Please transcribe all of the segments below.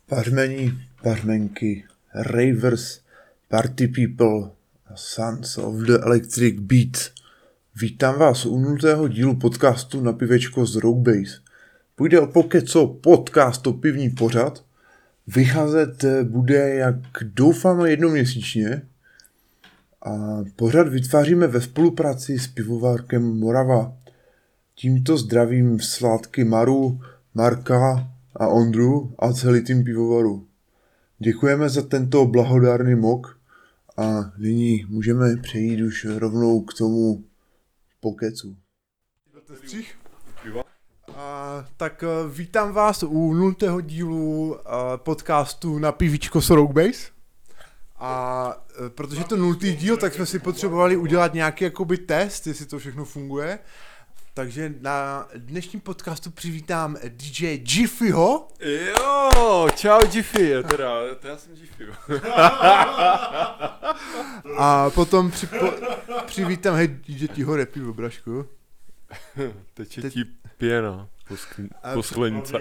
Pařmení, pařmenky, ravers, party people, sons of the electric beat. Vítám vás u 0. dílu podcastu Na pivečko z Roguebase. Půjde o pokeco podcast, o pivní pořad. Vycházet bude, jak doufáme, jednou-měsíčně. A pořad vytváříme ve spolupráci s pivovárkem Morava. Tímto zdravím sládky Maru, Marka a Ondru a celý tým pivovaru. Děkujeme za tento blahodárný mok a nyní můžeme přejít už rovnou k tomu pokecu. Tak vítám vás u 0. dílu podcastu Na pivíčko s Roguebase. A protože to 0. díl, tak jsme si potřebovali udělat nějaký jakoby test, jestli to všechno funguje. Takže na dnešním podcastu přivítám DJ Jiffyho. Jo, čau Jiffy, to já jsem Jiffy. A potom přivítám, hej, DJ ti hore pivo, brašku. Teče ti pěna po sklenice.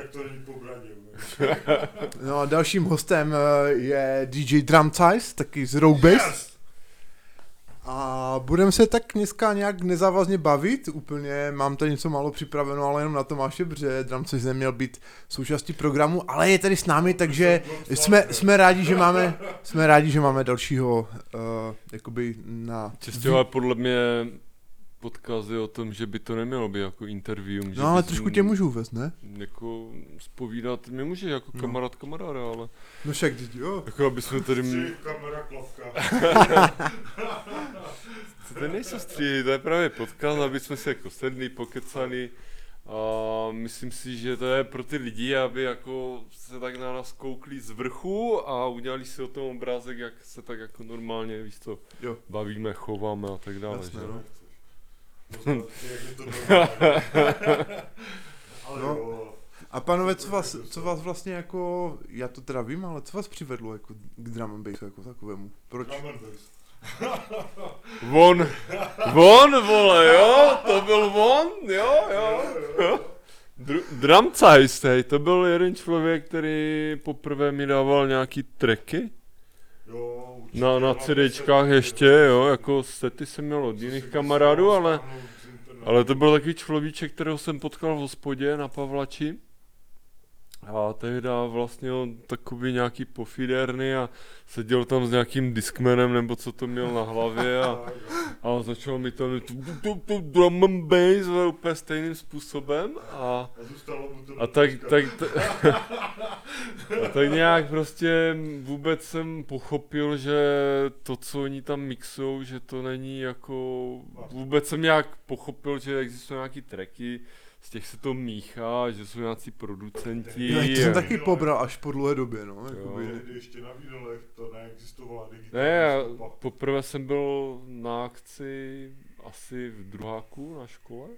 No a dalším hostem je DJ Drumsize, taky z Roguebase. A budeme se tak dneska nějak nezávazně bavit, úplně mám tady něco málo připraveno, ale jenom na Tomáše, protože Drumsize neměl být součástí programu, ale je tady s námi, takže jsme rádi, že máme dalšího, jakoby na... Čistě, ale podle mě podcast je o tom, že by to nemělo být jako interview. No ale trošku tě můžu uvést, ne? Jako zpovídat, mě může jako kamaráda, ale... No však, jo. Jako aby jsme tady... Kamera klavka. To nejsou stříhy, to je právě podcast, aby jsme se jako sedli, pokecali. A myslím si, že to je pro ty lidi, aby jako se tak na nás koukli z vrchu a udělali si o tom obrázek, jak se tak jako normálně, víš co, bavíme, chováme a tak dále. Jasné, že? No. No. A pánové, co vás vlastně jako, já to teda vím, ale co vás přivedlo jako k drum and bassu jako takovému? Proč? Von, vole, jo, to byl on, jo. Drumsize, hej, to byl jeden člověk, který poprvé mi dával nějaký tracky. Na CDčkách ještě, jo, jako sety jsem měl od jiných kamarádů, ale to byl takový človíček, kterého jsem potkal v hospodě na Pavlači. A tehdy vlastně on takový nějaký pofidérny a seděl tam s nějakým Discmanem, nebo co to měl na hlavě a začal mi tam drum and bass úplně stejným způsobem a tak nějak prostě vůbec jsem pochopil, že to, co oni tam mixou, že to není jako, vůbec jsem nějak pochopil, že existují nějaký tracky, z těch se to míchá, že jsou nějací producenti. Jo, to jsem taky pobral až po dlouhé době, no. Ještě na vinilech to neexistovala digitální. Ne, poprvé jsem byl na akci asi v druháku na škole.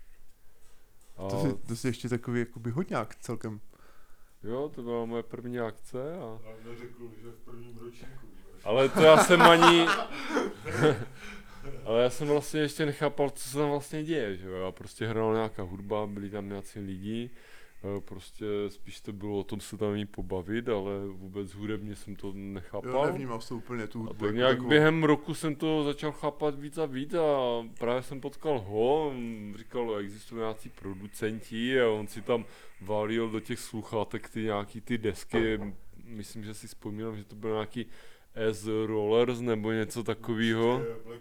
To jsi ještě takový jakoby hodňák celkem. Jo, to byla moje první akce a... Neřekl, že v prvním ročníku. Ale to já jsem ani... Ale já jsem vlastně ještě nechápal, co se tam vlastně děje, že jo, já prostě hrál nějaká hudba, byli tam nějací lidi, prostě spíš to bylo o tom se tam jí pobavit, ale vůbec hudebně jsem to nechápal. Jo, nevnímal jsem úplně tu hudbu. Tak nějak během roku jsem to začal chápat víc a víc a právě jsem potkal ho, říkal, existují nějací producenti a on si tam valil do těch sluchátek nějaký ty desky, myslím, že si vzpomínám, že to byl nějaký S-Rollers nebo něco takového.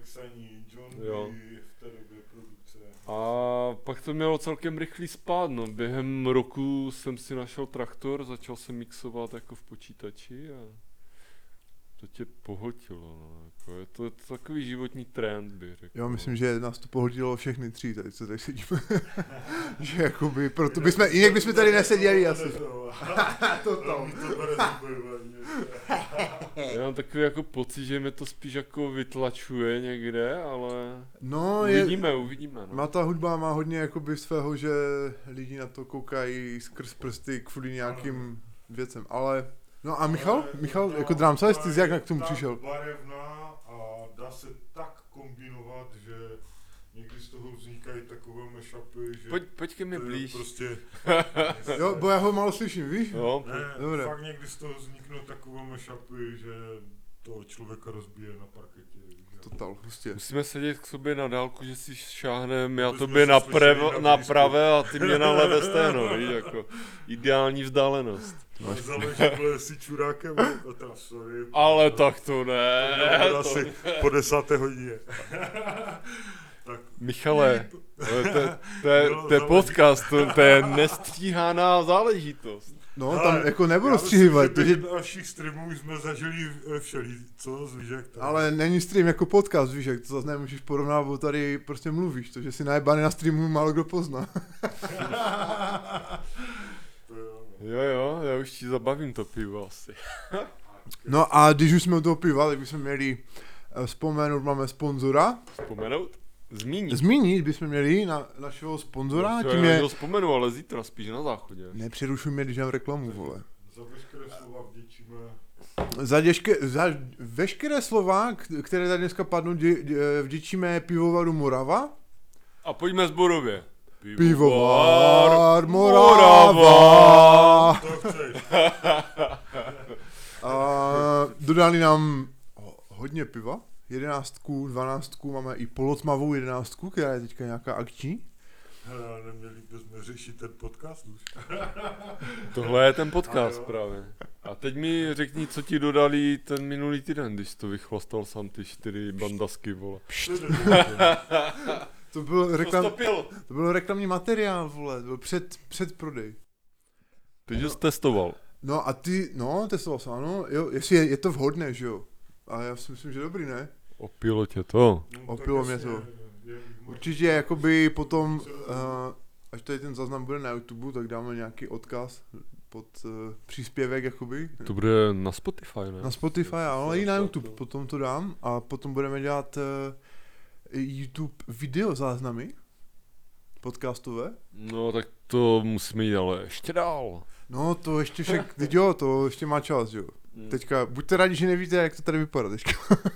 A pak to mělo celkem rychlý spád, no. Během roku jsem si našel traktor, začal jsem mixovat jako v počítači a to tě pohltilo, no. Jako je to takový životní trend, bych řekl. Jo, myslím, že nás to pohltilo všechny tři, tady co tady sedíme. Že jakoby, proto bychom, jinak bychom tady neseděli asi. To Já mám takový jako pocit, že mě to spíš jako vytlačuje někde, ale no, uvidíme. No. Má ta hudba má hodně jakoby svého, že lidi na to koukají skrz prsty kvůli nějakým věcem, ale... No a Michal jako Drumsize, ty jsi jak k tomu přišel? Barevná a dá se tak kombinovat, že někdy z toho vznikají takové mashupy, že Pojďte mi to je blíž. prostě, Jo, bo já ho málo slyším, víš? Jo, ne, Dobré. fakt někdy z toho vzniknou takové mashupy, že toho člověka rozbije na parketě. že? Total, hustě. musíme sedět k sobě na dálku, že si šáhnem, já Aby tobě jsme na, se slyšeli na blízko. pravé a ty mě na levé stehno, víš, jako ideální vzdálenost. Ale záleží, byl jsi čurákem, teda sorry. Ale tak to ne. To to asi po 10. hodině. Tak Michale, to je podcast, to je nestříhaná záležitost. No, hele, tam jako nebudu já stříhat, myslím, že protože... během našich streamů jsme zažili všelí, co zvížek. Ale není stream jako podcast, víš, jak to zase nemůžeš porovnávat, bo tady prostě mluvíš, to, že si najebaný na streamu málo kdo pozná. Jo, já už ti zabavím to pivo asi. No a když už jsme u toho piva, tak bychom měli vzpomenout, máme sponzora. Vzpomenout? Zmínit. Zmínit bychom měli na našeho sponzora, Já tím je... to vzpomenu, ale zítra spíš na záchodě. Nepřerušuj mě, když mám reklamu, vole. Za veškeré slova vděčíme. Za veškeré slova, které tady dneska padnou, vděčíme pivovaru Morava. A pojďme zborově. Pivovar Morava. To chceš. A dodali nám hodně piva. 11, 12, máme i polotmavou 11, která je teďka nějaká akční. Hele, neměli bychom řešit ten podcast už. Tohle je ten podcast A jo. právě. A teď mi řekni, co ti dodali ten minulý týden, když to vychlastal sám ty 4 bandasky, vole. To byl, To byl reklamní materiál, vole, to byl před prodej. Teď jsi testoval. No a ty, testoval jsem, ano, jo, jestli je to vhodné, že jo. A já si myslím, že dobrý, ne? Opilo tě to. Opilo mě to. Určitě, jakoby potom, až tady ten záznam bude na YouTube, tak dáme nějaký odkaz pod příspěvek, jakoby. To bude na Spotify, ne? Na Spotify, ale i na YouTube, potom to dám a potom budeme dělat YouTube video záznamy podcastové. No tak to musíme jít ale ještě dál. No to ještě však, teď jo, to ještě má čas, jo. Teďka, buďte rádi, že nevíte, jak to tady vypadá teďka.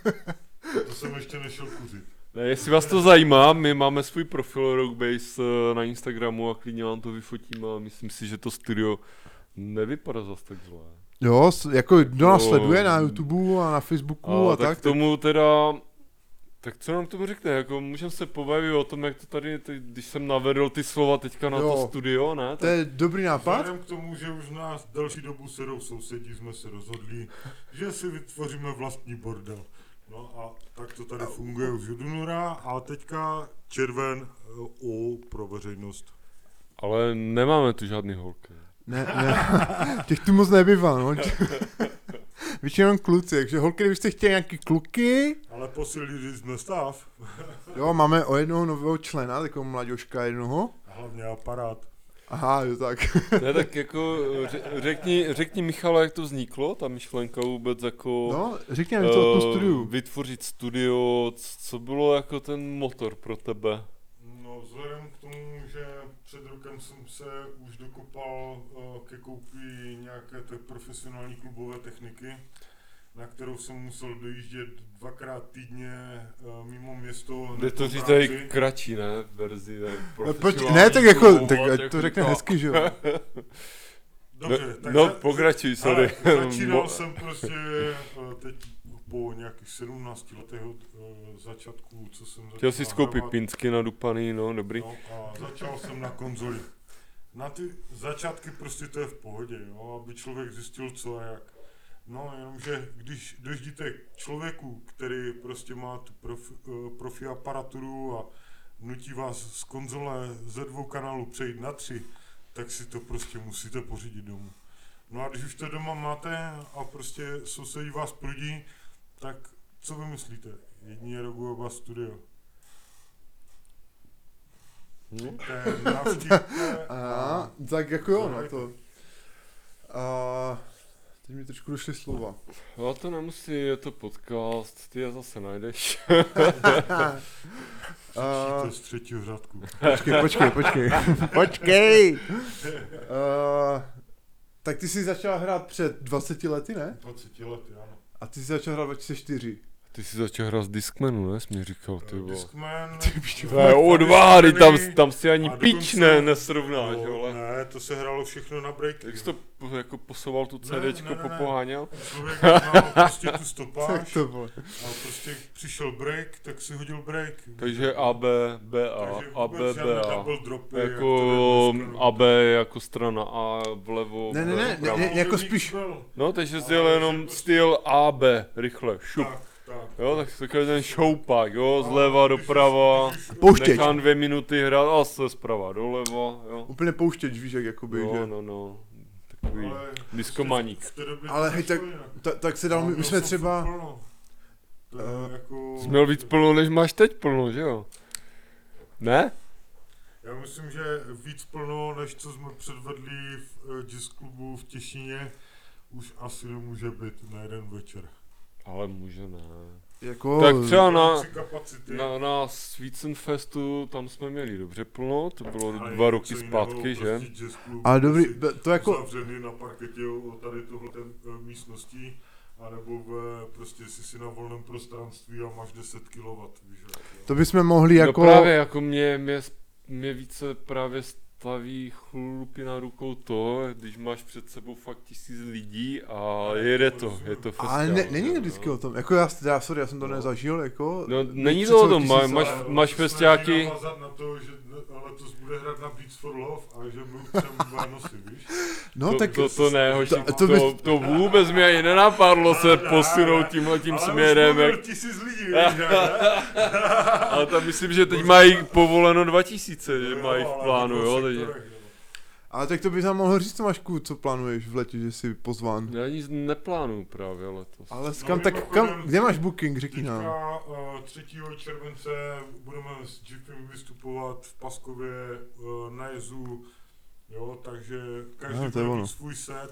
To jsem ještě nešel kuřit. Ne, jestli vás to zajímá, my máme svůj profil Rockbase na Instagramu a klidně vám to vyfotíme a myslím si, že to studio nevypadá zas tak zlé. Jo, jako kdo nás No. sleduje na YouTube a na Facebooku a tak. K tomu teda, tak co nám k tomu řekne, jako můžeme se pobavit o tom, jak to tady, když jsem navedl ty slova teďka na Jo. to studio, ne? To je dobrý nápad. Vzhledem k tomu, že už nás další dobu sedou sousedí, jsme se rozhodli, že si vytvoříme vlastní bordel. No a tak to tady funguje už od února a teďka červen pro veřejnost. Ale nemáme tu žádný holky. Ne, těch tu moc nebývá, no. Většinou kluci, takže holky, kdybyste chtěli nějaký kluky, Ale posílili jsme stav. jo, máme o jednoho nového člena, takového mladěžka jednoho. A hlavně aparát. Aha, jo tak. Ne, tak jako řekni Michale, jak to vzniklo, ta myšlenka vůbec jako No, řekněme to o tom studiu. vytvořit studio, co bylo jako ten motor pro tebe? No, vzhledem k tomu, že před rokem jsem se už dokopal ke koupi nějaké té profesionální klubové techniky, na kterou jsem musel dojíždět 2krát týdně mimo město. Jde to po říct práci. tady kratší, ne? Verzi, ne? Ne, tak jako, Profesionální tak klubu, ať to jako řekne tak. hezky, že jo. Dobře, tak No, pokračuj, sorry. Začínal jsem prostě teď po nějakých 17 letech od začátku, co jsem začal Chtěl jsi skoupit hrát. pinsky nadupaný, no, dobrý. No a začal jsem na konzoli. Na ty začátky prostě to je v pohodě, jo, aby člověk zjistil co a jak. No, jenomže když dojíždíte k člověku, který prostě má tu profi aparaturu a nutí vás z konzole ze 2 kanálů přejít na 3, tak si to prostě musíte pořídit domů. No a když už to doma máte a prostě sousedí vás prudí, tak co vy myslíte? Jedině Roguaba Studio. Aha, tak jako jo, no to. A teď mi trošku došly slova. No to nemusí, je to podcast, ty je zase najdeš. Slyšíte z 3. řádku. Počkej. Tak ty jsi začal hrát před 20 lety, ne? 20 lety, ano. A ty jsi začal hrát 2004. Ty jsi začal hrát z Discmanu, ne? Jsi mi říkal, ty vole. Discman... To je odváhy, tam si ani A pič dokonce- nesrovnáš, No, vole. ne, to se hrálo všechno na breaky. Jak jsi to jako posouval tu CDčko, ne. popoháněl? Člověk znal prostě tu Tak stopáž to bylo. a prostě přišel break, tak si hodil break. Takže AB, BA, Takže AB, vůbec žádné BA. double dropy, jak Jako to je dneska. AB jako strana A vlevo, Ne, vpravo. jako Mix spíš- byl. No, takže jsi Ale jel že jenom prostě- styl AB, rychle, šup. Tak. Jo, tak takový ten šoupák, jo, A zleva když doprava, už- Pouštěč. nechám 2 minuty hrát a se zprava doleva, jo. Úplně pouštěč, víš, jak jakoby, že... No, takový Ale diskomaník. v té době Ale to hej, tak, nešlo jinak. tak se dal, my Měl jsme jsem třeba... furt plno. To je jako... Jsi měl víc plno, než máš teď plno, že jo? Ne? Já myslím, že víc plno, než co jsme předvedli v jazz klubu v Těšíně, už asi nemůže být na jeden večer. Ale může ne. Jako... Tak třeba Rámci kapacity. na Sweetsen Festu, tam jsme měli dobře plno, to bylo Ale 2 je roky něco jiného, zpátky, že? prostě jazz klub, Ale dobrý, prostě to jako... zavřený na parketě o tady tohle místnosti, anebo prostě si na volném prostranství a máš 10 kW, víš jak, jo. To bychom mohli jako... No právě, jako mě více právě staví chlupy na rukou to, když máš před sebou fakt 1000 lidí a je to festival. Ale není to jo, vždycky no. o tom, jako já jsem to nezažil, jako... No, není přece to o tom, 1000 máš To festiáky- snaží navázat na to, že letos bude hrát na Beats for Love a že my chceme Vánoci, víš? No tak... To ne, hoši, to to vůbec mi ani nenapadlo se posunout tímhletím směrem. Ale Jak, už 1000 lidí, víš, jak? ale tam myslím, že teď mají povoleno 2000, že Jo, mají v ale plánu, to jo, bylo v takže. sektorech, jo. Ale tak to bys nám mohl říct, Tomášku, co plánuješ v letě, že jsi pozván. Já nic neplánuju právě letos. Ale No, kam, tak mimochodem, kam, kde máš booking, řekni nám. Teďka 3. července budeme s Jeepem vystupovat v Paskově na jezu, jo, takže každý to je bude ono. mít svůj set,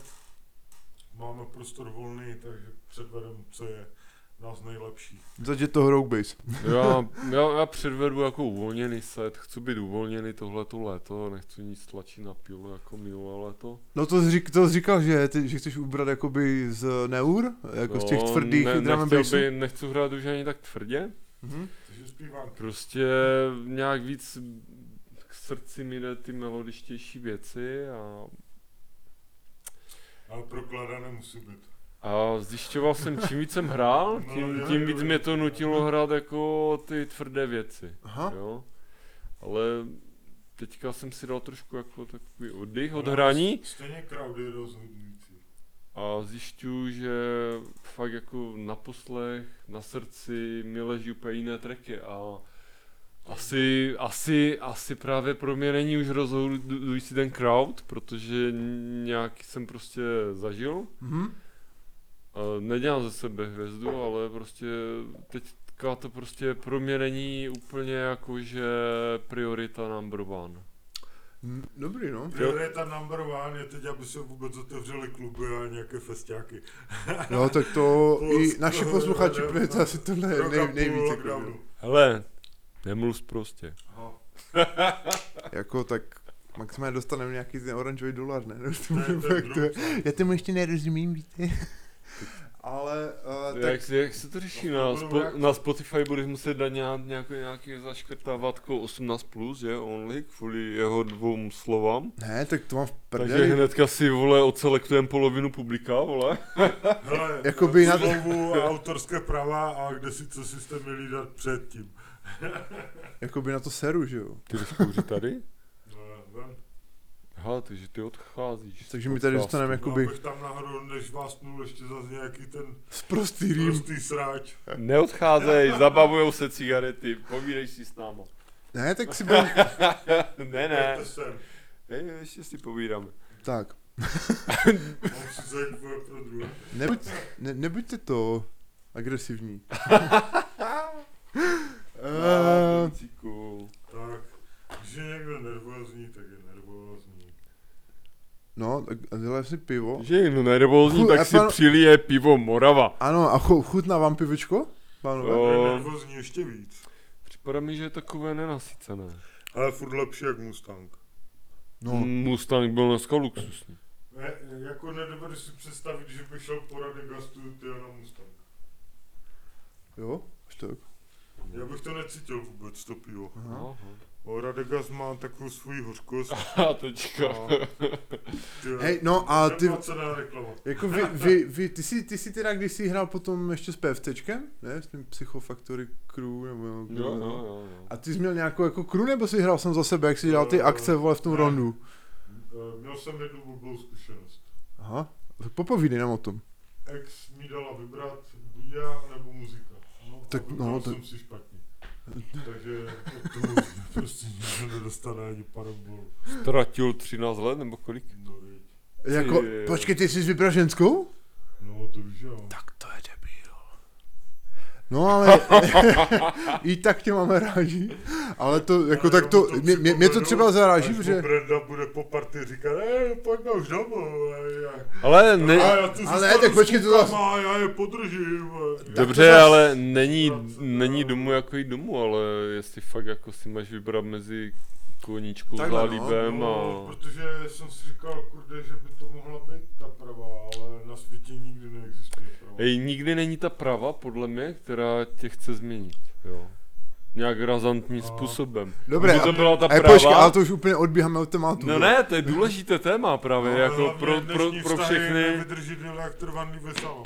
máme prostor volný, takže předvedeme, co je nás nejlepší. Zatím to Rogue Base. Já předvedu jako uvolněný set, chci být uvolněný tohleto léto, nechci nic tlačit na pilu jako minulé léto. No to jsi říkal, že chceš ubrat jakoby z Neur, jako z těch tvrdých drum and bassů. Nechci hrát už ani tak tvrdě, Mhm. Takže zpívám. prostě nějak víc k srdci mi jde ty melodičtější věci Ale proklada nemusí být. a zjišťoval jsem, čím víc jsem hrál, tím víc mě to nutilo hrát jako ty tvrdé věci, Aha. jo. Ale teďka jsem si dal trošku jako takový oddych od hraní Stejně crowd je rozhodující. a zjišťuju, že fakt jako na poslech, na srdci mi leží úplně jiné tracky a asi právě pro mě není už rozhodující ten crowd, protože nějaký jsem prostě zažil. Mhm. Nedělám ze sebe hvězdu, ale prostě teďka to prostě pro mě není úplně jako, že priorita number one. Dobrý, no. Priorita number one je teď, aby se vůbec otevřely kluby a nějaké festiáky. No tak to i Post- naši posluchači, protože to asi tohle Rok a je půl nejvíc. Jako, lockdownu. Hele, nemluv prostě. Aha. jako tak maximálně dostaneme nějaký ten oranžový dolar, ne? To je Já tomu ještě nerozumím, víte. Ale tak... Jak se to řeší? Na Spotify budeš muset dát nějaký zaškrtávatko 18+, že? Only, kvůli jeho 2 slovám. Ne, tak to mám v Takže prdeli. hnedka si, vole, odselektujem polovinu publika, vole. Hele, Jakoby na- smlouvu a autorské práva a kde si, co si jste měli dát předtím. Jakoby na to seru, že jo. Ty jdeš kouřit tady? Ven. Aha, takže ty odcházíš. Takže my tady dostaneme jakoby Abych tam nahoru, než vás pnul ještě zase nějaký ten sprostý rým. prostý sráč. Neodcházej, zabavujou se cigarety, povídej si s náma. Ne, tak si budem... Ne. Pojďte sem. Ještě si povídáme. Tak. Mám si zajít pro druhé. Nebuďte to agresivní. Cíku. Tak, když je někdo nervózní, tak je nervózní. No, tak dělej si pivo. Že je nervózní, tak si přilije pivo Morava. Ano, a chutná vám pivičko? Pánové? Je nervózní ještě víc. Připadá mi, že je takové nenasycené. Ale furt lepší jak Mustang. No, Mustang byl dneska luxusní. Jako nedovedu si představit, že bych šel po Radegastu ty na Mustang. Jo, až tak. Já bych to necítil vůbec, to pivo. Aha. Radegast má takovou svoji hořkost. A teďka. Hej, no a ty, neplacená reklama. jako ty jsi teda kdysi hrál potom ještě s PFCčkem, ne? S tím Psychofactory Crew, nebo Jo. A ty jsi měl nějakou jako crew, nebo jsi hrál sám za sebe, jak jsi dělal ty akce, vole, v tom rondu? Měl jsem jednu blbou zkušenost. Aha, tak popovídej nám o tom. Ex mi dala vybrat buď já, nebo muzika. No, Tak, a vybral jsem si špatně. Takže od toho prostě nikdo nedostane ani parabolu. Ztratil 13 let, nebo kolik? No, viď. Jako, počkej, ty jsi vybral ženskou? No, to už jo. Tak to je debil. No ale, i tak tě máme rádi, ale to, jako tak to, mě to třeba zaráží, až protože... Brenda bude po partii říkat, pojďme už domů. Ale ne... Ale ne, tak počkej, to zase... Já je podržím. Dobře, ale není domů jako jít domů, ale jestli fakt jako si máš vybrat mezi koníčkou Takhle, zálibem No, a... protože jsem si říkal, kurde, že by to mohla být ta pravá, ale na světě nikdy neexistuje pravá. Hej, nikdy není ta prava, podle mě, která tě chce změnit, jo. Nějak razantním způsobem. Dobré, Kdyby to byla ta počkej, prava... ale to už úplně odbíháme od tématu. No ne, to je důležité téma právě, No, jako hlavně dnešní pro vztahy všechny... nevydrží déle jak trvaný veselo.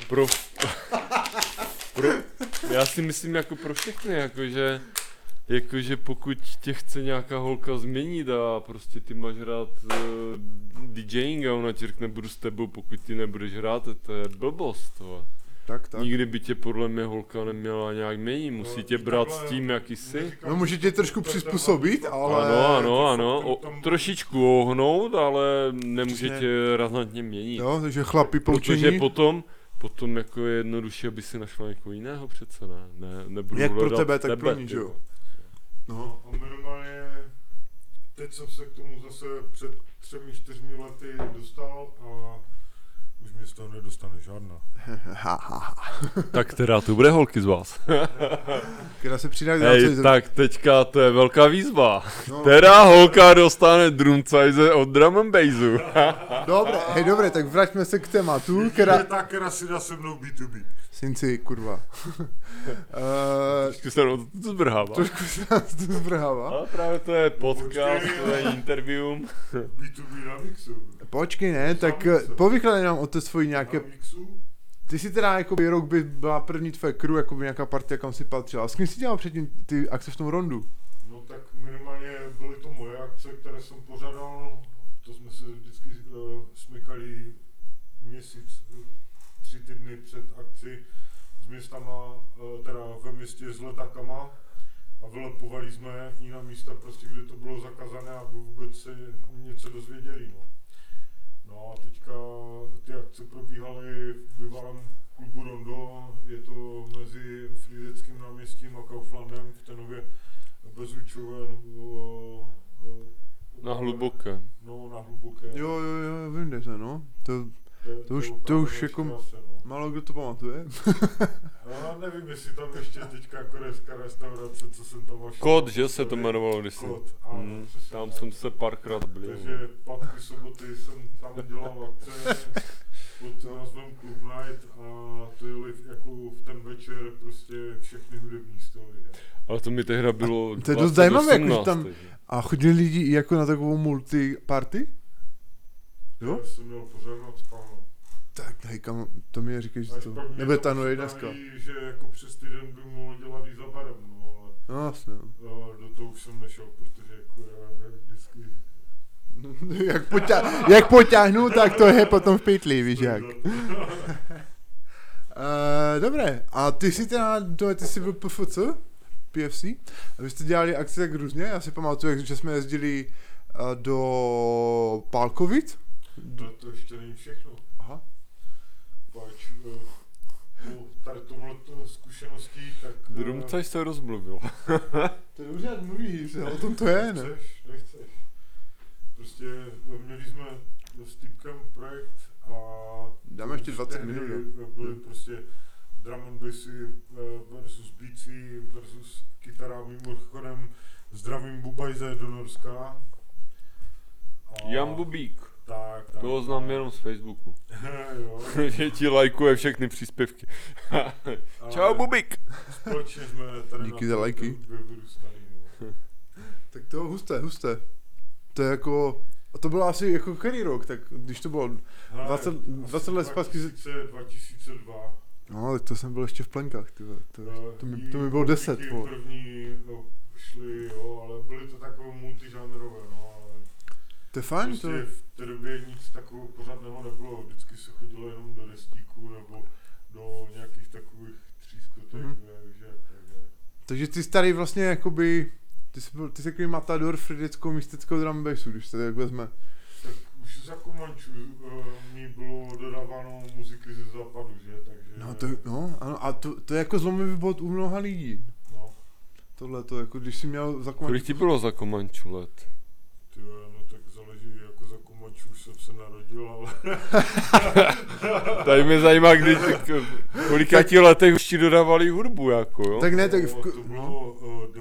Já si myslím jako pro všechny, jakože pokud tě chce nějaká holka změnit a prostě ty máš hrát DJing a ona ti řekne budu s tebou, pokud ty nebudeš hrát, to je blbost. To. Tak. Nikdy by tě podle mě holka neměla nějak měnit, musí tě brát s tím, jaký jsi. No může tě trošku přizpůsobit, ale... Ano, trošičku ohnout, ale nemůže tě razantně měnit. Jo, takže chlapi poučení. Protože potom jako je jednodušší, aby si našla někoho jiného přece, ne? Nebudu jak pro hledat tebe, tak pro ní, že jo? No a minimálně teď jsem se k tomu zase před 3-4 lety dostal a už mě z toho nedostane žádná. Tak teda to bude holky z vás. Která se přidá k Hej, tak teďka to je velká výzva. No. Která holka dostane drumcajze od drum and bassu. Dobré, tak vraťme se k tématu, Je ta, která si dá se mnou B2B. Synci, kurva. Trošku se to zbrhává. Trošku se nás to zvrhává. Ale právě to je podcast, to je interview. B2B na mixu. Počkej, ne, tak povykládej nám o té svojí nějaké... Na mixu? Ty jsi teda jako rok by byla první tvoje crew, jako by nějaká partia, kam si patřila. S kým jsi dělal předtím ty akce v tom rondu? No tak minimálně byly to moje akce, které jsem pořádal. To jsme se vždycky smykali měsíc, 3 týdny před akci s městama, teda ve městě s letákama a vylepovali jsme jiná místa, prostě, kde to bylo zakázané, aby vůbec se něco dozvěděli. No a teďka ty akce probíhaly v bývalém klubu Rondo, je to mezi Frýdeckým náměstím a Kauflandem v Tenově Bezručové. Na hluboké. No, na hluboké. Jo, vím, kde to, no. To už jako málo kdo to pamatuje. No, nevím, jestli tam ještě teďka korejská restaurace, co jsem tam vašel. Kód, že se to jmenovalo kdysi. Kód, ano. Tam jsem se párkrát byl. Takže pátky, soboty jsem tam dělal akce pod názvem Club Night a to jeli jako v ten večer prostě všechny hudební stoly. Ale to mi tehda bylo to je dost zajímavé, jako tam... takže. A chodili lidi i jako na takovou multi-party? Jo? Já jsem měl pořád spáno. Tak, hej, kam, to mi říkají, že Až to pak mě nebude to tanuje dneska. připraví, že jako přes týden by mohl dělat i za barem, no ale No jasně. do toho už jsem nešel, protože jako já vždycky... Jak potáhnu, tak to je potom v pytli, víš jak. Dobré, a ty jsi ty jsi byl PFC? PFC? A vy jste dělali akce tak různě, já si pamatuju, že jsme jezdili do Pálkovic. To ještě není všechno. Aha. Pač po tady tomhleto zkušeností, tak... Drumcaj se rozmluvil. To je dobře, jak mluvíš, o tom to je, ne? Nechceš. Prostě měli jsme s typkem projekt a... Dáme ještě 20 minut. Byly prostě drum and bassy versus beatsy versus kytara, mimochodem zdravím Bubajze do Norska. Jan Bubík. Tak. Toho znám jenom z Facebooku. Jo. Že ti lajkuje všechny příspěvky. A Čau, Bubik. Společně jsme tady Díky za lajky. vyrůstali, no. Tak to husté. To je jako, a to bylo asi jako který rok, tak když to bylo 20 let zpátky. 2002. No, tak to jsem byl ještě v plenkách, ty vole. To mi bylo 10, Díky vole. první šli, jo, ale byly to takové multižánrové, no, ale To je fajn, to. prostě v té době nic takového pořádného nebylo, vždycky se chodilo jenom do destíků nebo do nějakých takových třískotek, takže. Takže ty starý vlastně jakoby, ty jsi takový matador fridickou místeckou drum bassu, když se tak vezme. Tak už za Komančů mi bylo dodáváno muziky ze západu, že, takže. Ano, a to je jako zlomový bod u mnoha lidí. No, Tohle to jako, když jsi měl za Kolik ti bylo za Komančů let? no tak záleží, jako za Komančů už jsem se narodil, ale. Tady mě zajímá, kolika ti letech už ti dodávali hudbu, jako jo? Tak ne, tak To bylo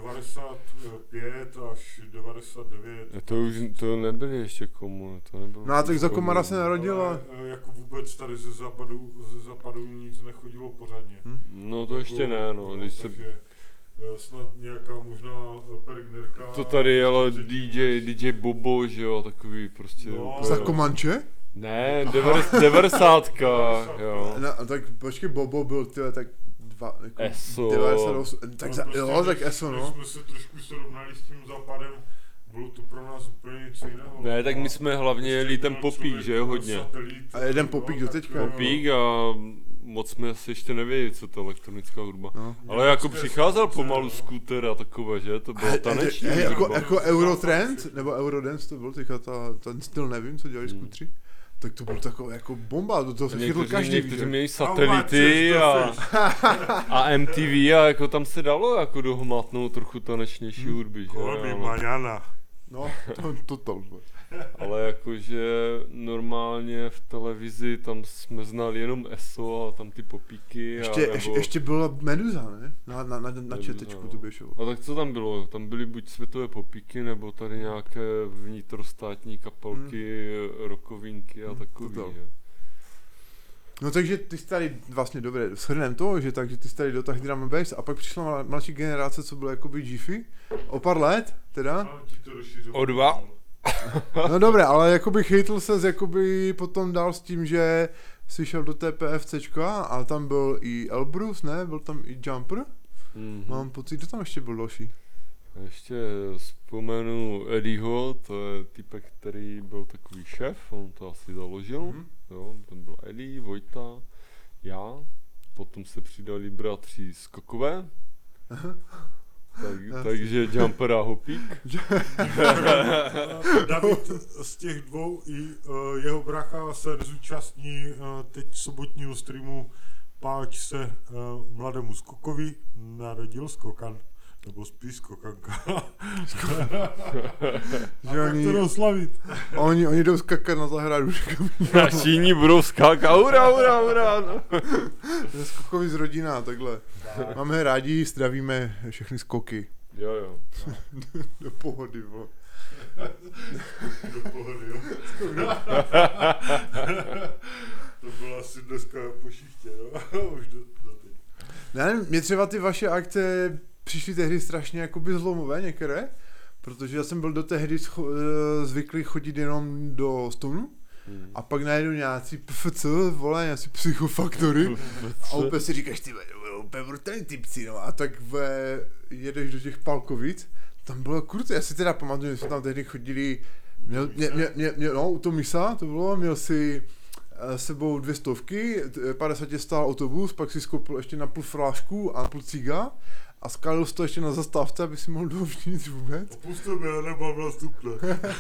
95 až 99. To nebyly ještě komu, to nebylo. No a tak za Komara se narodil a... Ale, jako vůbec tady ze západu nic nechodilo pořádně. No to ještě ne, no, když se... Takže snad nějaká možná Pergnerka. To tady jelo DJ Bobo, že jo, takový prostě... No. úplně- Za Komanče? Ne, 90, jo. No, tak počkej, Bobo byl, tyhle, tak jako Eso. 98, tak No, za, prostě, jo, tak když- Eso, když no. jsme se trošku srovnali s tím západem, bylo to pro nás úplně něco jiného. Ne, tak my jsme hlavně jeli ten popík, že jo, hodně. Satelit, A jeden jo, popík tak doteďka. to- Popík a moc jsme asi ještě nevěděli, co to elektronická hudba. No. Ale jako přicházel pomalu scooter a takové, že? To bylo taneční hudba. Jako Eurotrend, nebo Eurodance to byl, teďka ten styl nevím, co dělali skutři. Tak to byl takový jako bomba, do toho se chytl každý, víš, Někteří jak? měli satelity a MTV a jako tam se dalo jako dohmatnout trochu tanečnější hudby, že? Kolem Mariana. No, to. Ale jakože normálně v televizi tam jsme znali jenom ESO a tam ty popíky Ještě byla Meduza, ne? Na Meduza, četečku to běželo. A tak co tam bylo? Tam byly buď světové popíky, nebo tady nějaké vnitrostátní kapelky, rockovinky a takový, total. že? No takže ty jsi tady vlastně dobré, shrnem to, že takže ty jsi tady dotáhl drum and bass a pak přišla mladší generace, co bylo jakoby Jiffy, o pár let teda. O 2. No dobré, ale jakoby chytl ses jakoby potom dál s tím, že jsi šel do té PFCčka a tam byl i Elbrus, ne? Byl tam i Jumper? Mám pocit, že tam ještě byl další. Ještě vzpomenu Eddieho, to je typek, který byl takový šéf, on to asi založil. Jo, ten byl Eddie, Vojta, já, potom se přidali bratři Skokové, takže Jumper a Hopík. David z těch dvou i jeho brácha se zúčastní teď sobotního streamu, páč se mladému Skokovi narodil skokan, nebo spíš skokanka. Že Tak to oslavit. oni jdou skakat na zahradu. A všichni budou skákat, hurá, no. To je skokový z rodina, takhle. Máme je rádi, zdravíme všechny skoky. Jo. Do pohody, vole. Do pohody, jo. To bylo asi dneska po šichtě, no. Už do teď. Ne, mě třeba ty vaše akce přišly tehdy strašně jakoby zlomové některé, protože já jsem byl do tehdy zvyklý chodit jenom do Stonu a pak najdu nějací PFC, vole, nějací psychofaktory a úplně si říkáš, ty úplně brutální typci, no a tak jedeš do těch Palkovic, tam bylo kurce, já si teda pamatuju, že jsme tam tehdy chodili, no u toho misa to bylo, měl si sebou 200, 50 stál autobus, pak si skoupil ještě na půl flášku a na půl ciga a skalil jsi to ještě na zastávce, aby si mohl dovnitř vůbec. Pustil mě, já nemám nastupne.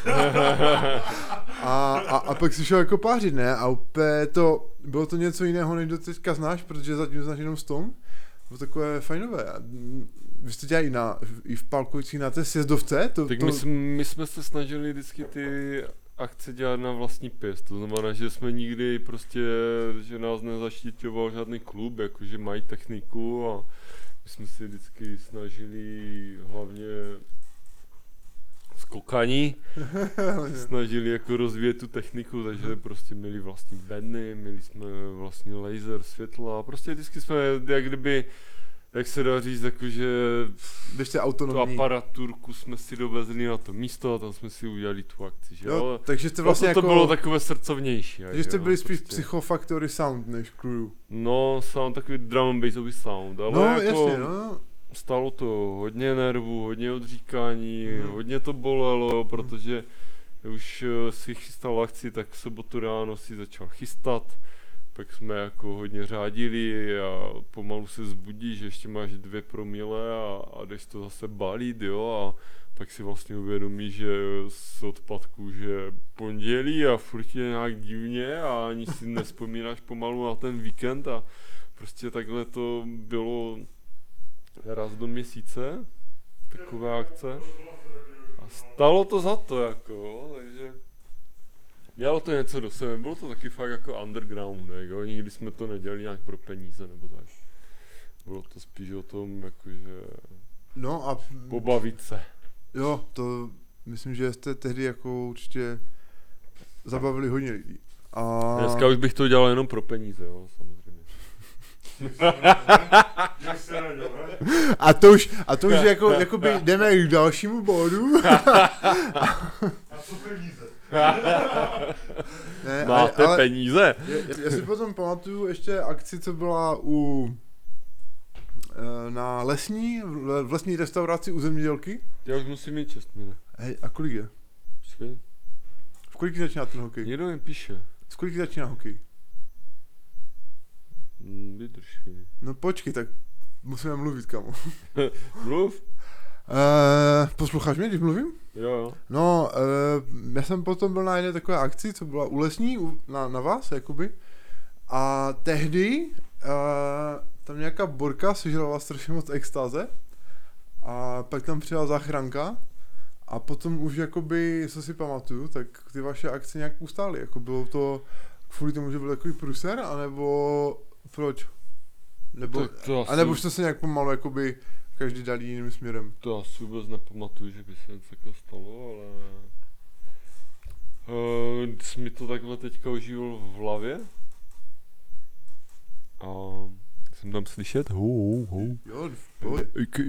A pak si šel jako pářit, ne? A úplně to, bylo to něco jiného, než do teďka znáš, protože zatím znáš jenom Stone. Bylo takové fajnové. Vy jste dělali i v Palkovicích na té sjezdovce? My jsme se snažili vždycky ty akce dělat na vlastní pěst, to znamená, že jsme nikdy prostě, že nás nezaštiťoval žádný klub, jakože mají techniku a my jsme si vždycky snažili hlavně skokaní, snažili jako rozvíjet tu techniku, takže prostě měli vlastní bedny, měli jsme vlastní laser, světla, prostě vždycky jsme jak kdyby, jak se dá říct, jakože tu aparaturku jsme si dovezli na to místo a tam jsme si udělali tu akci, že jo? Takže jste vlastně to jako, bylo takové srdcovnější. Takže jste byli spíš prostě. Psychofactory sound než crew. No, sound, takový drum and bassový sound, ale No jako jasně, no. Stalo to hodně nervů, hodně odříkání, hodně to bolelo, protože už si chystal akci, tak v sobotu ráno si začal chystat, pak jsme jako hodně řádili a pomalu se zbudíš, že ještě máš 2 promile a jdeš to zase balit, jo, a pak si vlastně uvědomíš, že z odpadku, že pondělí a furt je nějak divně a ani si nespomínáš pomalu na ten víkend a prostě takhle to bylo raz do měsíce, takové akce. A stalo to za to, jako, takže dělalo to něco do sebe, bylo to taky fakt jako underground, jako, nikdy jsme to nedělali nějak pro peníze nebo tak. Bylo to spíš o tom, jakože No a pobavit se. jo, to myslím, že jste tehdy jako určitě zabavili hodně lidí. A Dneska už bych to dělal jenom pro peníze, jo, samozřejmě. A to už jako, jakoby jdeme k dalšímu bodu. A co peníze? Ne, Máte peníze? Já si potom pamatuju ještě akci, co byla na lesní, v lesní restauraci u zemědělky. Já už musím mít čest, mine. Hej, a kolik je? Počkej. V kolik začíná ten hokej? Někdo mi píše. V kolik začíná hokej? Vydrž chvíli. No počkej, tak musíme mluvit, kamo. Mluv? Posloucháš mě, když mluvím? Jo. No, já jsem potom byl na jedné takové akci, co byla u lesní, na vás, jakoby. A tehdy tam nějaká borka sežrala strašně moc extáze. A pak tam přijela záchranka. A potom už jakoby, co si pamatuju, tak ty vaše akce nějak ustály. Jako bylo to kvůli tomu, že byl takový pruser, anebo proč? Nebo, anebo už to se nějak pomalu jakoby každý dal jiným směrem. To asi vůbec nepamatuju, že by se něco takového stalo, ale jsi mi to takhle teďka oživil v hlavě a jsem tam slyšet Jo, pojď.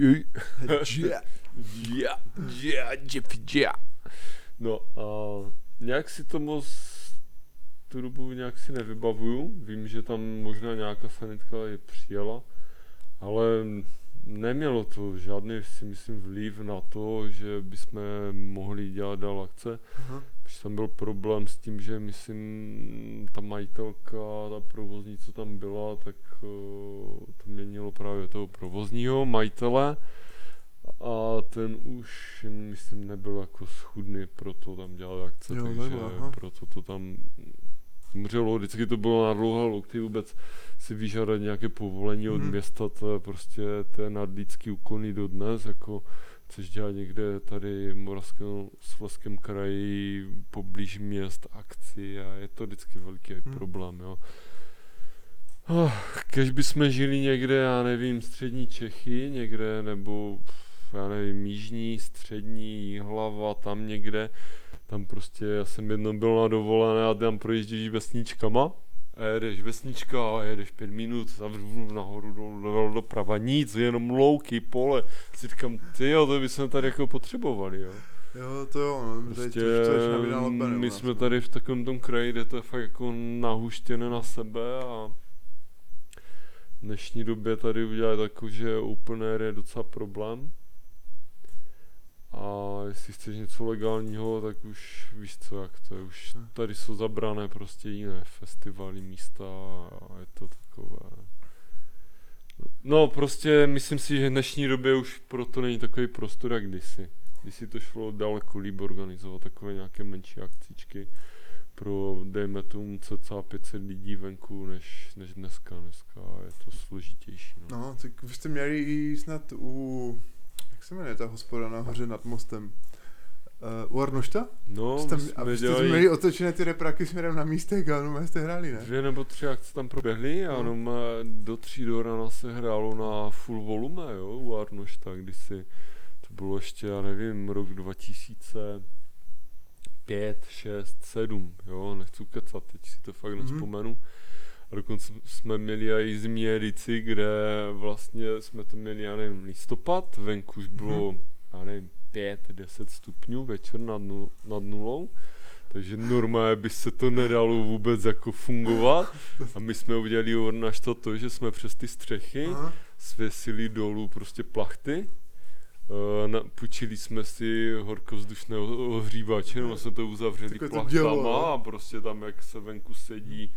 No a nějak si to moc tu dobu nějak si nevybavuju, vím, že tam možná nějaká sanitka je přijela, ale nemělo to žádný, si myslím, vliv na to, že bychom mohli dělat dál akce. Protože tam byl problém s tím, že myslím, ta majitelka, ta provozní, co tam byla, tak to měnilo právě toho provozního majitele a ten už, myslím, nebyl jako schudný pro to tam dělat akce, jo, takže proto to tam umřelo, vždycky to bylo na dlouhé lokty vůbec si vyžádat nějaké povolení od města, to je prostě to nadlidský úkony dodnes, jako chceš dělat někde tady v Moravskoslezském kraji poblíž měst akci a je to vždycky velký problém, jo. Když bychom žili někde, já nevím, střední Čechy někde, nebo já nevím, jižní, střední, Jihlava, tam někde, tam prostě, já jsem jednou byl na dovolené a tam projíždíš vesničkama a jedeš vesnička a jedeš 5 minut, nahoru, doprava, nic, jenom louky, pole, si říkám, tyjo, to bychom tady jako potřebovali, jo. Jo, to jo, no, prostě, my jsme tady v takovém tom kraji, kde to je fakt jako nahuštěné na sebe a v dnešní době tady udělat jako, že open air je docela problém. A jestli chceš něco legálního, tak už víš co, jak to je. Už tady jsou zabrané prostě jiné festivaly, místa a je to takové. No prostě myslím si, že v dnešní době už proto není takový prostor jak kdysi. Kdysi to šlo daleko líp organizovat takové nějaké menší akcičky pro, dejme tomu, cca 500 lidí venku, než dneska. Dneska je to složitější. No, tak vy jste měli i snad jak se jmenuje ta hospoda nahoře nad mostem? U Arnošta? No, jste měli otočené ty repraky směrem na místek a jenom jste hráli, ne? 2 nebo 3 akce tam proběhly a jenom do 3 do rána se hrálo na full volume, jo, u Arnošta, kdysi. To to bylo ještě, já nevím, rok 2005, 6, 7, jo, nechci kecat, teď si to fakt nevzpomenu. A dokonce jsme měli i zimní edici, kde vlastně jsme to měli, já nevím, listopad, venku už bylo, já nevím, 5-10 stupňů večer nad nulou. Takže normálně by se to nedalo vůbec jako fungovat. A my jsme udělali ornaž to, že jsme přes ty střechy svěsili dolů prostě plachty. Půjčili jsme si horkovzdušné ohřívače, no jsme to uzavřeli plachtama a prostě tam, jak se venku sedí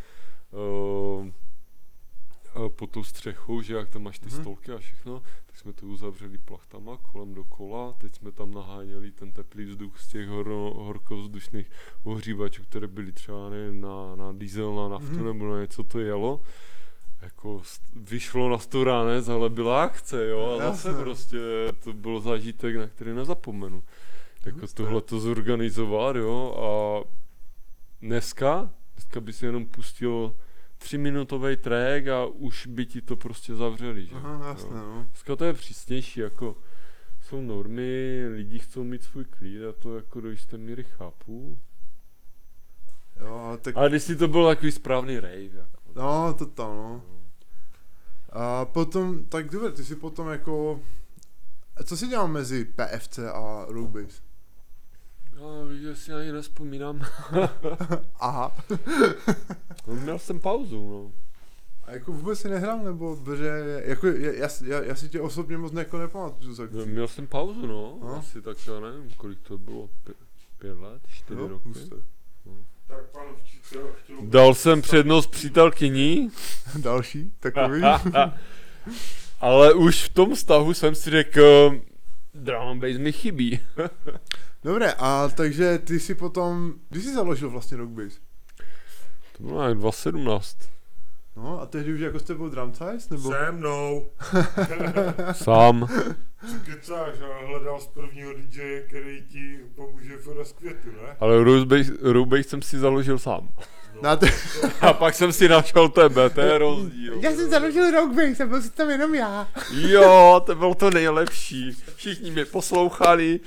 pod tou střechou, že jak tam máš ty stolky a všechno, tak jsme to uzavřeli plachtama kolem dokola, teď jsme tam naháněli ten teplý vzduch z těch horkovzdušných ohřívačů, které byly třeba nevím, na diesel, na naftu nebo na něco to jelo. Jako vyšlo na 100 ránec, ale byla akce, jo, a zase prostě to byl zážitek, na který nezapomenu. Jako tohle to zorganizovat, jo, a dneska by si jenom pustil 3-minutový track a už by ti to prostě zavřeli, že? Aha, jasně, no. Dneska to je přísnější, jako jsou normy, lidi chcou mít svůj klid a to jako do jisté míry chápu. Jo, tak... Ale když si to byl takový správný rave, jako. No, to tam, no. A potom, tak dobře, ty si potom jako... Co si dělal mezi PFC a Roguebase? No, víš, že si ani nespomínám. Aha. No, měl jsem pauzu, no. A jako vůbec si nehrál, nebo že jako já si tě osobně moc jako nepamatuju z akcí. Měl jsem pauzu, no. Asi tak, já nevím, kolik to bylo, 5 let, 4 roky. No. Tak pan včitel chtěl... Dal jsem přednost přítelkyní. Další, takový. Ale už v tom vztahu jsem si řekl, drum and bass mi chybí. Dobré, a takže ty si potom, kdy jsi založil vlastně Roguebase? To bylo nějak 2017. No a tehdy už jako s tebou Drumsize, nebo? Se mnou. Sám. Co kecáš, a hledal z prvního DJ, který ti pomůže v rozkvětu, ne? Ale Roguebase jsem si založil sám. No, A pak jsem si našel tebe, to je rozdíl. Já jsem založil Roguebase a byl jsem tam jenom já. Jo, to bylo to nejlepší. Všichni mě poslouchali.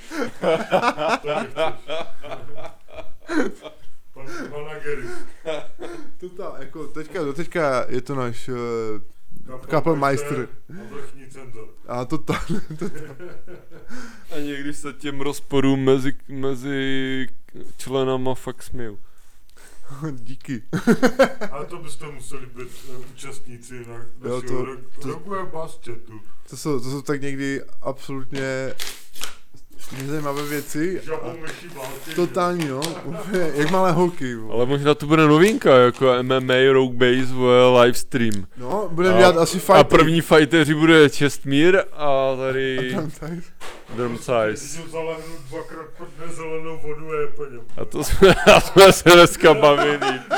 Pan managery. Total, jako teďka je to náš kapelmeister. A vrchní cenzor. A total. A někdy se těm rozporům mezi členama fakt směju. Díky. Ale to byste museli být účastníci na našeho Rogue Bass chatu. To jsou tak někdy absolutně nezajímavé věci. Totální, no. Jak malé holky. Ale možná to bude novinka, jako MMA Roguebase live stream. No, budeme dělat asi fighty. A první fighteři bude Čestmír a tady Drumsize. Když zalehnu dvakrát pod nezelenou vodu je plně. A to jsme se dneska bavili,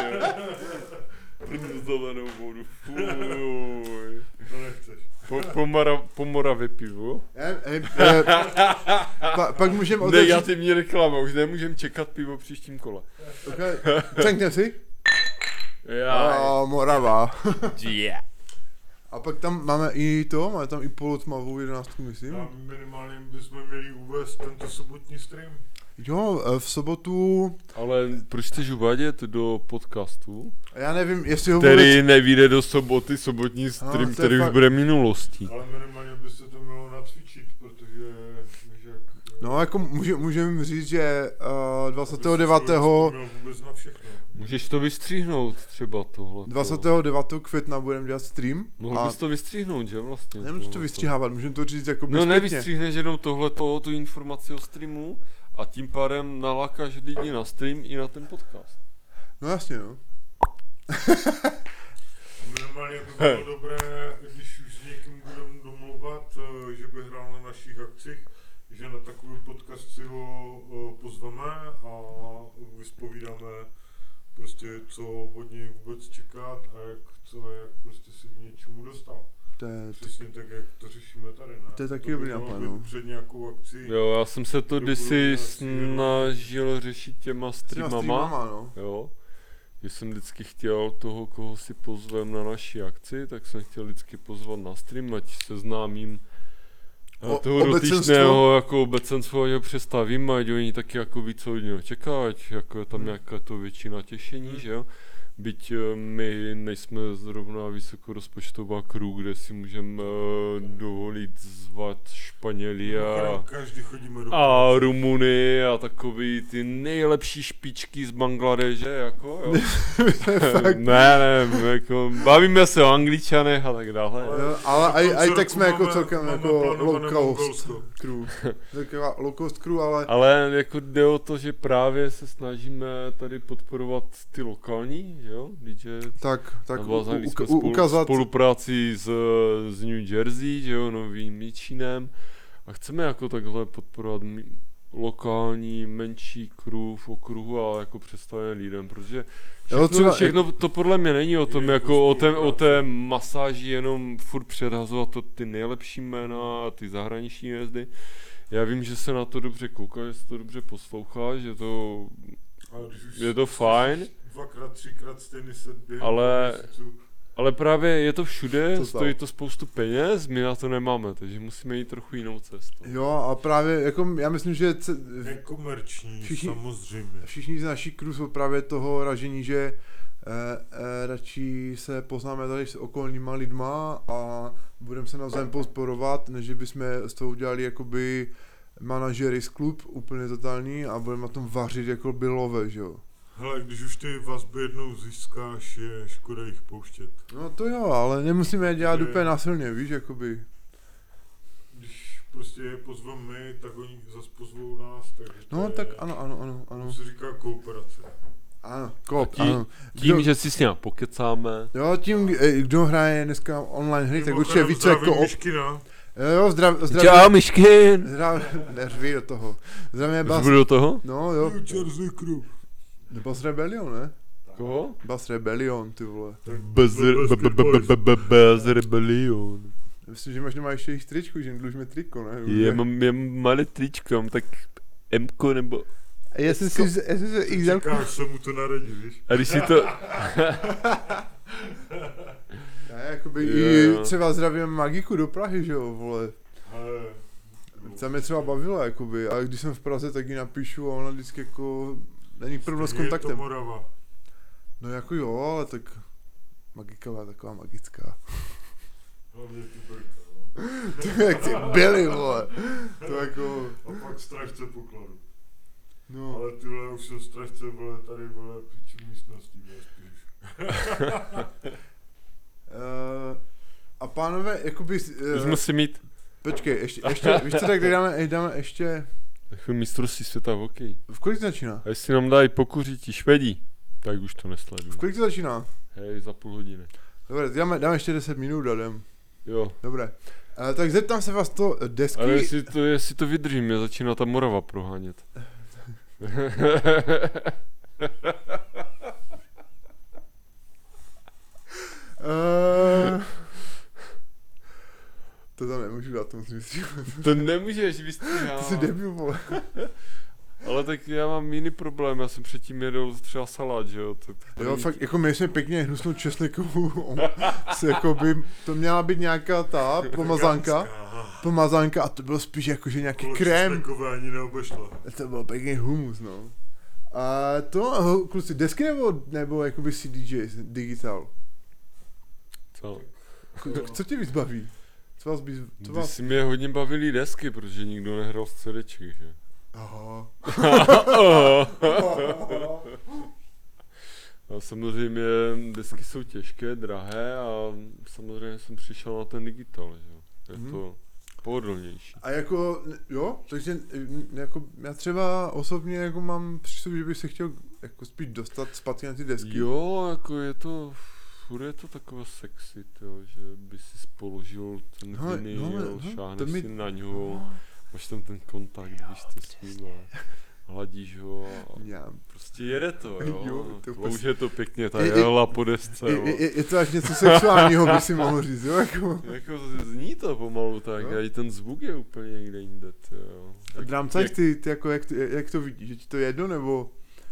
pod zelenou vodu, fuj. To nechceš. Po Moravě pivo. Pak můžeme otevřít... Negativní reklama, už nemůžeme čekat pivo příštím kole. Okay. Cenkne si? Morava. Yeah. A pak tam máme tam i polotmavou 11, myslím. A minimálně bychom měli uvést tento sobotní stream. Jo, v sobotu... Ale proč chceš uvádět do podcastu? Já nevím, jestli ho který nevyjde do soboty, sobotní stream, který už bude minulostí. Ale minimálně by se to mělo nacvičit, protože... No, jako můžeme říct, že 29. Můžeš to vystříhnout třeba tohle. 29. května budeme dělat stream. Mohl bys to vystříhnout, že vlastně? Nemůžu to vystříhávat, můžeme to říct jako no nevystříhneš jenom tu informaci o streamu a tím pádem nalákáš lidi na stream i na ten podcast. No jasně, no. Minimálně by bylo dobré, když už s někým budeme domlouvat, že by hrál na našich akcích, že na takový podcast si ho pozveme a vyspovídáme prostě, co od něj vůbec čekat a jak prostě si k něčemu dostal. Přesně tak, jak to řešíme tady, ne? To je taky dobrý nápad, no. Před nějakou akcí. Jo, já jsem se to kdysi snažil řešit těma streamama. No. Jo. Když jsem vždycky chtěl toho, koho si pozvem na naši akci, tak jsem chtěl vždycky pozvat na stream, ať seznámím A toho dotyčného jako obecenstvo ho představím a oni taky jako víc od něho čekat, jako je tam nějaká to většina těšení, že jo. Byť my nejsme zrovna vysokorozpočtová crew, kde si můžeme dovolit zvat Španěly a Rumuny a takový ty nejlepší špičky z Bangladeže, jako jo. ne, jako bavíme se o Angličanech a tak dále. Ale aj tak jsme jako celkem jako low cost crew. Taková low cost crew, ale... Ale jako jde o to, že právě se snažíme tady podporovat ty lokální, jo, DJ. Tak ukázat spolupráci s New Jersey, že jo, Novým Míčínem a chceme jako takhle podporovat lokální, menší crew v okruhu a jako představené lidem, protože všechno to podle mě není o tom, jako o té masáži jenom furt předhazovat to ty nejlepší jména a ty zahraniční hvězdy. Já vím, že se na to dobře kouká, že se to dobře poslouchá, že to je to fajn. 2x, 3x stejný set během ale právě je to všude, stojí to spoustu peněz, my na to nemáme, takže musíme jít trochu jinou cestu. Jo a právě jako já myslím, že nekomerční, samozřejmě. Všichni z naší crew jsou právě toho ražení, že radši se poznáme tady s okolníma lidma a budeme se navzájem podporovat, než bychom z toho udělali jakoby manažery z klub úplně totální a budeme na tom vařit jako bylové, že jo. Hele, když už ty vazby jednou získáš, je škoda jich pouštět. No to jo, ale nemusíme je dělat úplně násilně, víš, jakoby. Když prostě je pozveme my, tak oni zase pozvou nás, takže no tak ano. To se říká kooperace. Ano, tím, že si s ním pokecáme. Jo, tím, kdo hraje dneska online hry, tak určitě více jako... Myškina. Jo, zdravím. Čau, Myškin! Neřví do toho. Zdravím Bas. do toho? No, jo. Jersey Crew. Bass Rebellion, ne? Koho? Bass Rebellion, ty vole. Bass Rebellion. Myslím, že možná máš ještě jich tričku, že dlužíme triko, ne? Já mám malé tričko, tak M-ko nebo... Já jsem si XL... Čekáš se mu to naradí, víš? A když si to... Ne, jakoby i třeba zdravím Magiku do Prahy, že jo, vole. To mě třeba bavilo, jakoby, a když jsem v Praze, tak ji napíšu a ona vždycky jako... Není problém s kontaktem. Je to Morava. No jako jo, ale tak... Magika byla taková magická. Hlavně ty brka, To jak ty byly, vole. To jako... A pak strážce pokladu. No. Ale tyhle už jsou strážce, vole, tady, vole, při místnosti, vole, spíš. A pánové, jakoby... Už musím mít. Počkej, ještě, víš co, tak dáme ještě... Takový mistrovství světa v hokeji. V kolik to začíná? A jestli nám dají pokuřit ti Švedí, tak už to nesleduju. V kolik to začíná? Hej, za půl hodiny. Dobré, dáme ještě 10 minut a jdem. Jo. Dobré. Tak zeptám se vás to desky... Ale jestli to vydržím, mě začíná ta Morava prohánět. To tam nemůžu dát, to musím vystříhat. To nemůžeš vystříhat. To jsi debil, vole. Ale tak já mám jiný problém, já jsem předtím jedl třeba salát, že jo. Jo, fakt, jako my jsme pěkně hnusnou česnekovou, to měla být nějaká ta pomazánka a to bylo spíš jako, že nějaký krém. Česnekové ani neobešlo. To bylo pěkný humus, no. A to, kluci, desky nebo jakoby CDJ, digital? Co? Co tě víc baví? Když si mě hodně bavily desky, protože nikdo nehrál z CDčky, že? Aha. A samozřejmě desky jsou těžké, drahé a samozřejmě jsem přišel na ten digital, že? Je to pohodlnější. A jako, jo, takže jako já třeba osobně jako mám přístup, že bych se chtěl jako spíš dostat zpátky na ty desky. Jo, jako je to takové sexy, jo, že by si položil ten vinyl, šáhneš si na něho, máš tam ten kontakt, víš to s ním a hladíš ho a prostě jede to, jo. Klouže to pěkně, ta jela po desce, jo. Je to až něco sexuálního, by si mohl říct, jo, jako. Jako zní to pomalu tak, a i ten zvuk je úplně někde jinde, jo. Dramcajs, ty jako, jak to vidíš, že ti to je jedno, nebo...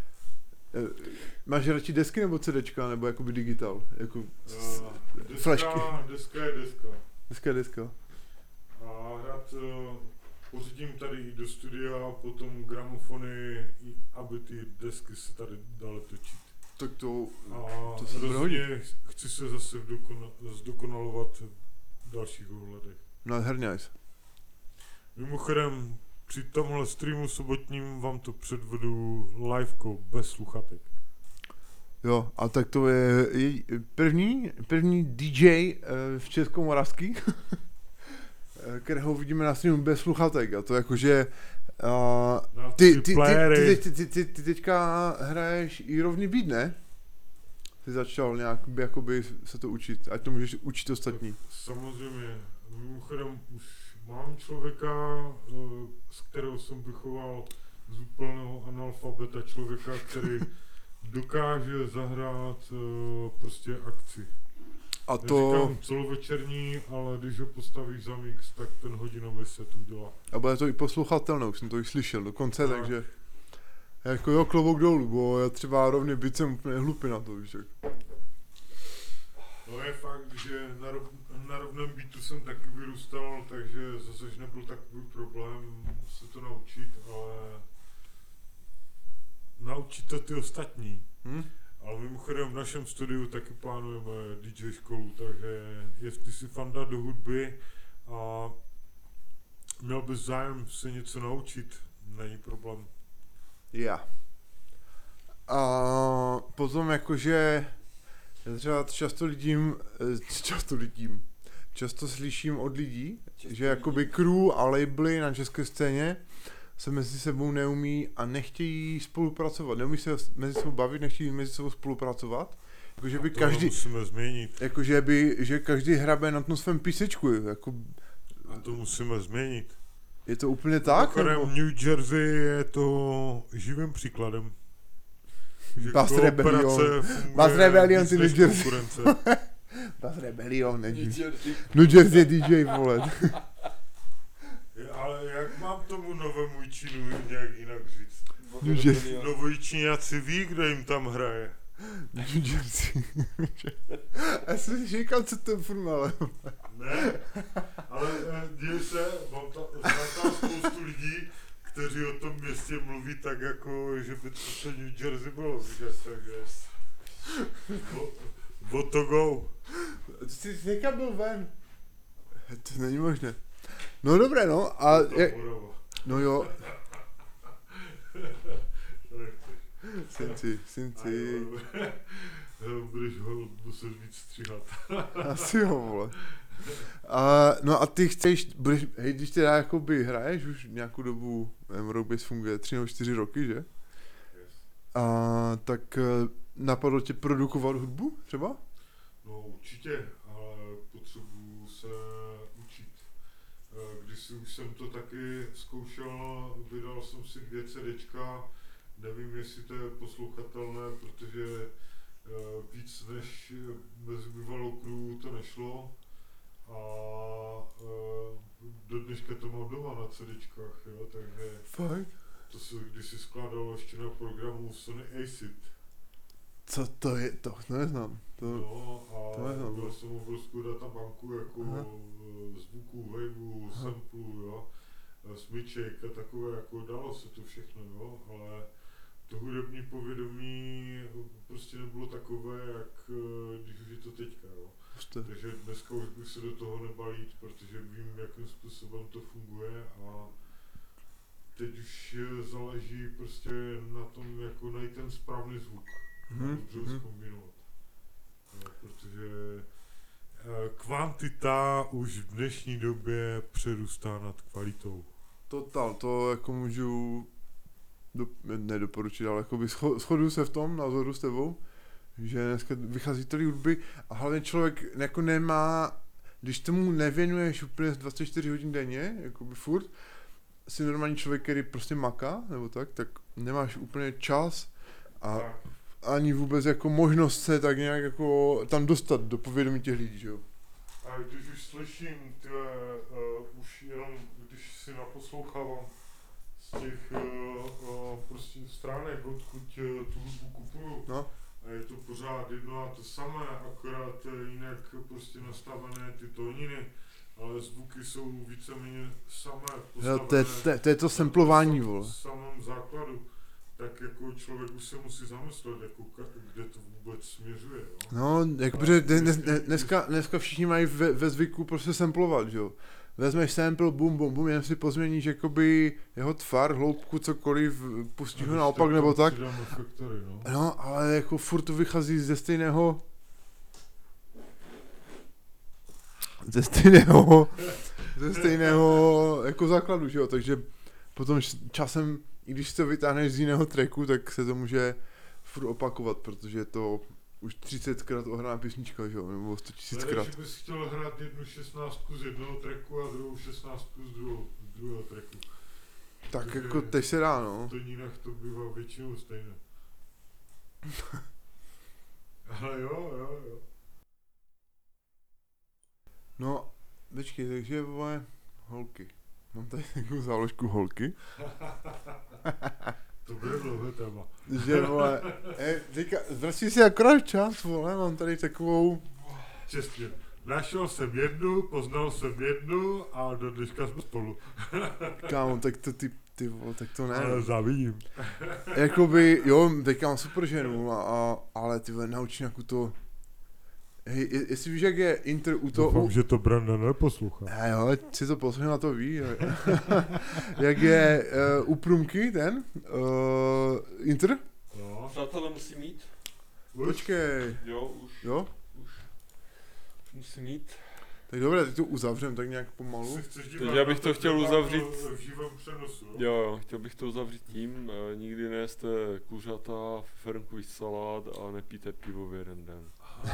Máš radši desky nebo CDčka, nebo jakoby digital? Jako flashky. Deska je deska. Deska je deska. A hrát rád pořídím tady i do studia potom gramofony, aby ty desky se tady daly točit. Tak to A se bude hodit. rozhodně chci se zase zdokonalovat v dalších ohledech. Nádherně. Mimochodem, při tomhle streamu sobotním vám to předvedu livekou, bez sluchatek. Jo, a tak to je první DJ v Českomoravský, kterého vidíme na streamu bez sluchatek. A to jakože ty teďka hraješ i rovný beat, ne? Ty začal nějak jakoby se to učit, ať to můžeš učit ostatní. Samozřejmě, mimochodem už mám člověka, s kterou jsem vychoval z úplného analfabeta, člověka, který dokáže zahrát prostě akci. A to... Neříkám celovečerní, ale když ho postavíš za mix, tak ten hodinový set udělá. A bude to i poslouchatelné, už jsem to i slyšel dokonce, Tak. takže... Jako jo, klobouk dolů, bo já třeba rovně byt jsem úplně hlupý na to, víš tak. No je fakt, že na rovném beatu jsem taky vyrůstal, takže zase nebyl takový problém se to naučit, ale naučit to ty ostatní. Ale mimochodem v našem studiu taky plánujeme DJ školu, takže jestli si fanda do hudby a měl bys zájem se něco naučit, není problém. Já. A potom jakože já třeba často slyším od lidí, že jakoby crew a labely na české scéně se mezi sebou neumí a nechtějí spolupracovat. Neumí se mezi sebou bavit, nechtějí mezi sebou spolupracovat. Jakože by každý, musíme změnit. jakože že každý hrabe na tom svém písečku. Jako, A to musíme změnit. je to úplně tak? Nebo? New Jersey je to živým příkladem. Že Bass Rebellion. kooperace funguje Bass Rebellion, víc ty než New Jersey. konkurence. Bass Rebellion, New Jersey DJ, vole. Ale jak mám tomu novému Čínu nějak jinak říct? New Jersey. Noví Číňáci ví, kdo jim tam hraje. New Jersey. Já jsem si říkal, co to je furt ale. Ne, ale děje se, znám tam spoustu lidí, kteří o tom městě mluví tak jako, že by to New Jersey bylo vidět, takže what to go. Ty jsi teďka byl ven. To není možné. No dobré, no. A jak... No jo. Synci. Budeš ho muset víc stříhat. Asi jo, vole. No a ty když teda jakoby hraješ už nějakou dobu, Rockbase funguje 3 nebo 4 roky, že? Yes. Tak napadlo tě produkovat hudbu třeba? No určitě, ale potřebuju se učit. Když už jsem to taky zkoušel, vydal jsem si 2 CDčka, nevím, jestli to je poslouchatelné, protože víc než mezi bývalou crew to nešlo. A do dneška to mám doma na CDčkách, jo, takže Fakt? to se kdysi skládalo ještě na programu Sony Acid. Co to je? To neznám. No to a neznám. byl jsem obrovskou databanku jako zvuků, waveů, samplů, jo, smyček a takové, jako dalo se to všechno, jo, ale to hudební povědomí prostě nebylo takové, jak když už je to teďka, jo. Takže dneska už bych se do toho nebal jít, protože vím, jakým způsobem to funguje a teď už záleží prostě na tom, jako najít ten správný zvuk a dobře zkombinovat. Protože kvantita už v dnešní době přerůstá nad kvalitou. Total, to jako můžu nedoporučit, ale jako shoduju se v tom názoru s tebou, že dneska vychází tolik hudby a hlavně člověk jako nemá, když tomu nevěnuješ úplně 24 hodin denně, jakoby furt, si normální člověk, který prostě maká, nebo tak nemáš úplně čas a ani vůbec jako možnost se tak nějak jako tam dostat do povědomí těch lidí, že jo. A když už slyším, už jenom když si naposlouchávám z těch prostě stránek, odkud tu hudbu kupuju, no. A je to pořád jedno a to samé, akorát jinak prostě nastavené ty tóniny ale zvuky jsou víceméně samé Jo, postavené to je to samplování, vole. v samém základu. Tak jako člověk už se musí zamyslet, jako kde to vůbec směřuje, jo. No, jako, protože dneska všichni mají ve zvyku prostě samplovat, že jo. Vezmeš sample, bum, bum, bum, jen si pozměníš jakoby jeho tvar, hloubku, cokoliv, pustíš ho naopak nebo tak. Faktory, no. No, ale jako furt to vychází ze stejného jako základu, že jo, takže potom časem, i když to vytáhneš z jiného tracku, tak se to může furt opakovat, protože je to už 30krát ohraná písnička, že jo, nebo 100 000krát. Když bys chtěl hrát jednu 16 z jednoho tracku a druhou 16 z druhého tracku. Tak takže jako teď se dá, no. v tonínách to bývá většinou stejné. Ale jo. No, počkej, takže vole, holky. Mám tady takovou záložku holky. To bude dlouhé téma. Že vole, teďka, vrací si akorát čas, vole, mám tady takovou... Čestně. Našel jsem jednu, poznal jsem jednu a do dneška jsme spolu. Kámo, tak to ty vole, tak to ne. Ale závidím. Jakoby, jo, teďka mám super ženu, ale ty vole, nauč nějakou to... Hej, jestli víš, jak je intro u toho... Doufám, že to Branda neposlouchá. Jo, si to poslouchá, to ví. Jak je u Průmky ten intro? No. Přátelé musí mít. Počkej. Jo, už. Jo? Musí mít. Tak dobré, teď to uzavřem tak nějak pomalu. Teď já bych to chtěl uzavřít. V živém přenosu. Jo, chtěl bych to uzavřít tím, nikdy nejeste kuřata, fermkový salát a nepijte pivo v jeden den.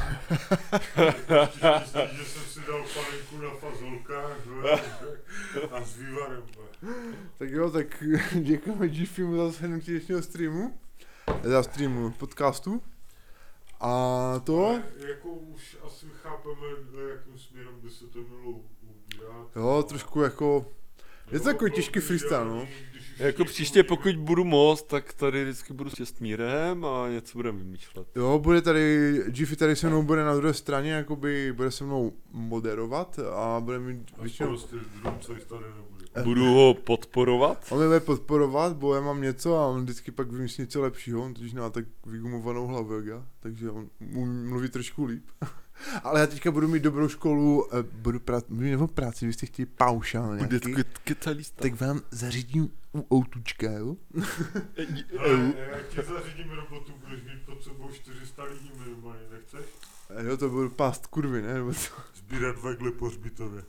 Že jsem si dal panenku na fazolkách a s vývarem. Tak jo, tak děkujeme G-Filmu za zhrnutí dnešního streamu, podcastu. A to? Ale jako už asi chápeme, jakým směrem by se to mělo ubírat. Jo, trošku jako... Je to takový těžký freestyle, no. Jako příště, pokud budu moc, tak tady vždycky budu s Čestmírem a něco budeme vymýšlet. Jo, bude tady, Giffy tady se mnou bude na druhé straně, jakoby bude se mnou moderovat a bude mít většinou... Budu ho podporovat. On mě bude podporovat, bo já mám něco a on vždycky pak vymyslí něco lepšího, on totiž nemá tak vygumovanou hlavu jak já, takže on mluví trošku líp. Ale já teďka budu mít dobrou školu, budu mít práci, vy jste chtěli paušál nějaký, tak vám zařídím u outučka, jo? Já ti zařídím robotu, budeš mít pod sebou 400 lidí minimálně, nechceš? Jo, to budu pást kurvy, ne? Nebo co? Sbírat vegle po hřbitově.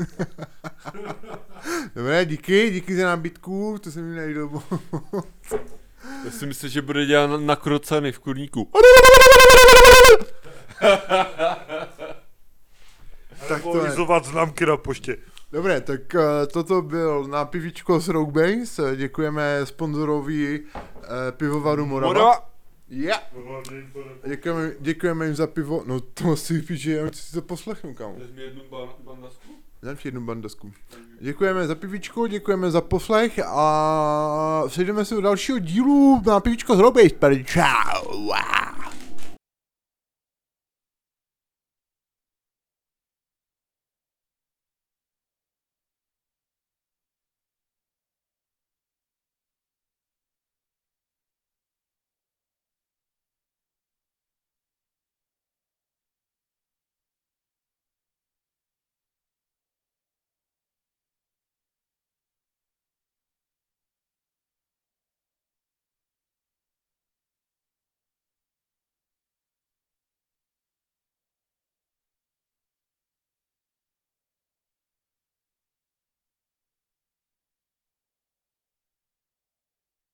Dobré, díky za nabídku, to se mi nejde. Já si myslím, že bude dělat nakrocený v kurníku. Tak to je. Známky na poště. Dobré, tak toto byl na pivíčko s Rogue Base, děkujeme sponzorovi pivovaru Morava. Yeah. Děkujeme jim za pivo, no to si vypíš, že já si to poslechnu, kámo. Vezmi jednu bandasku. Dám ti jednu bandasku. Děkujeme za pivíčko, děkujeme za poslech a sejdeme se u dalšího dílu na pivíčko s Rogue Base. Čau.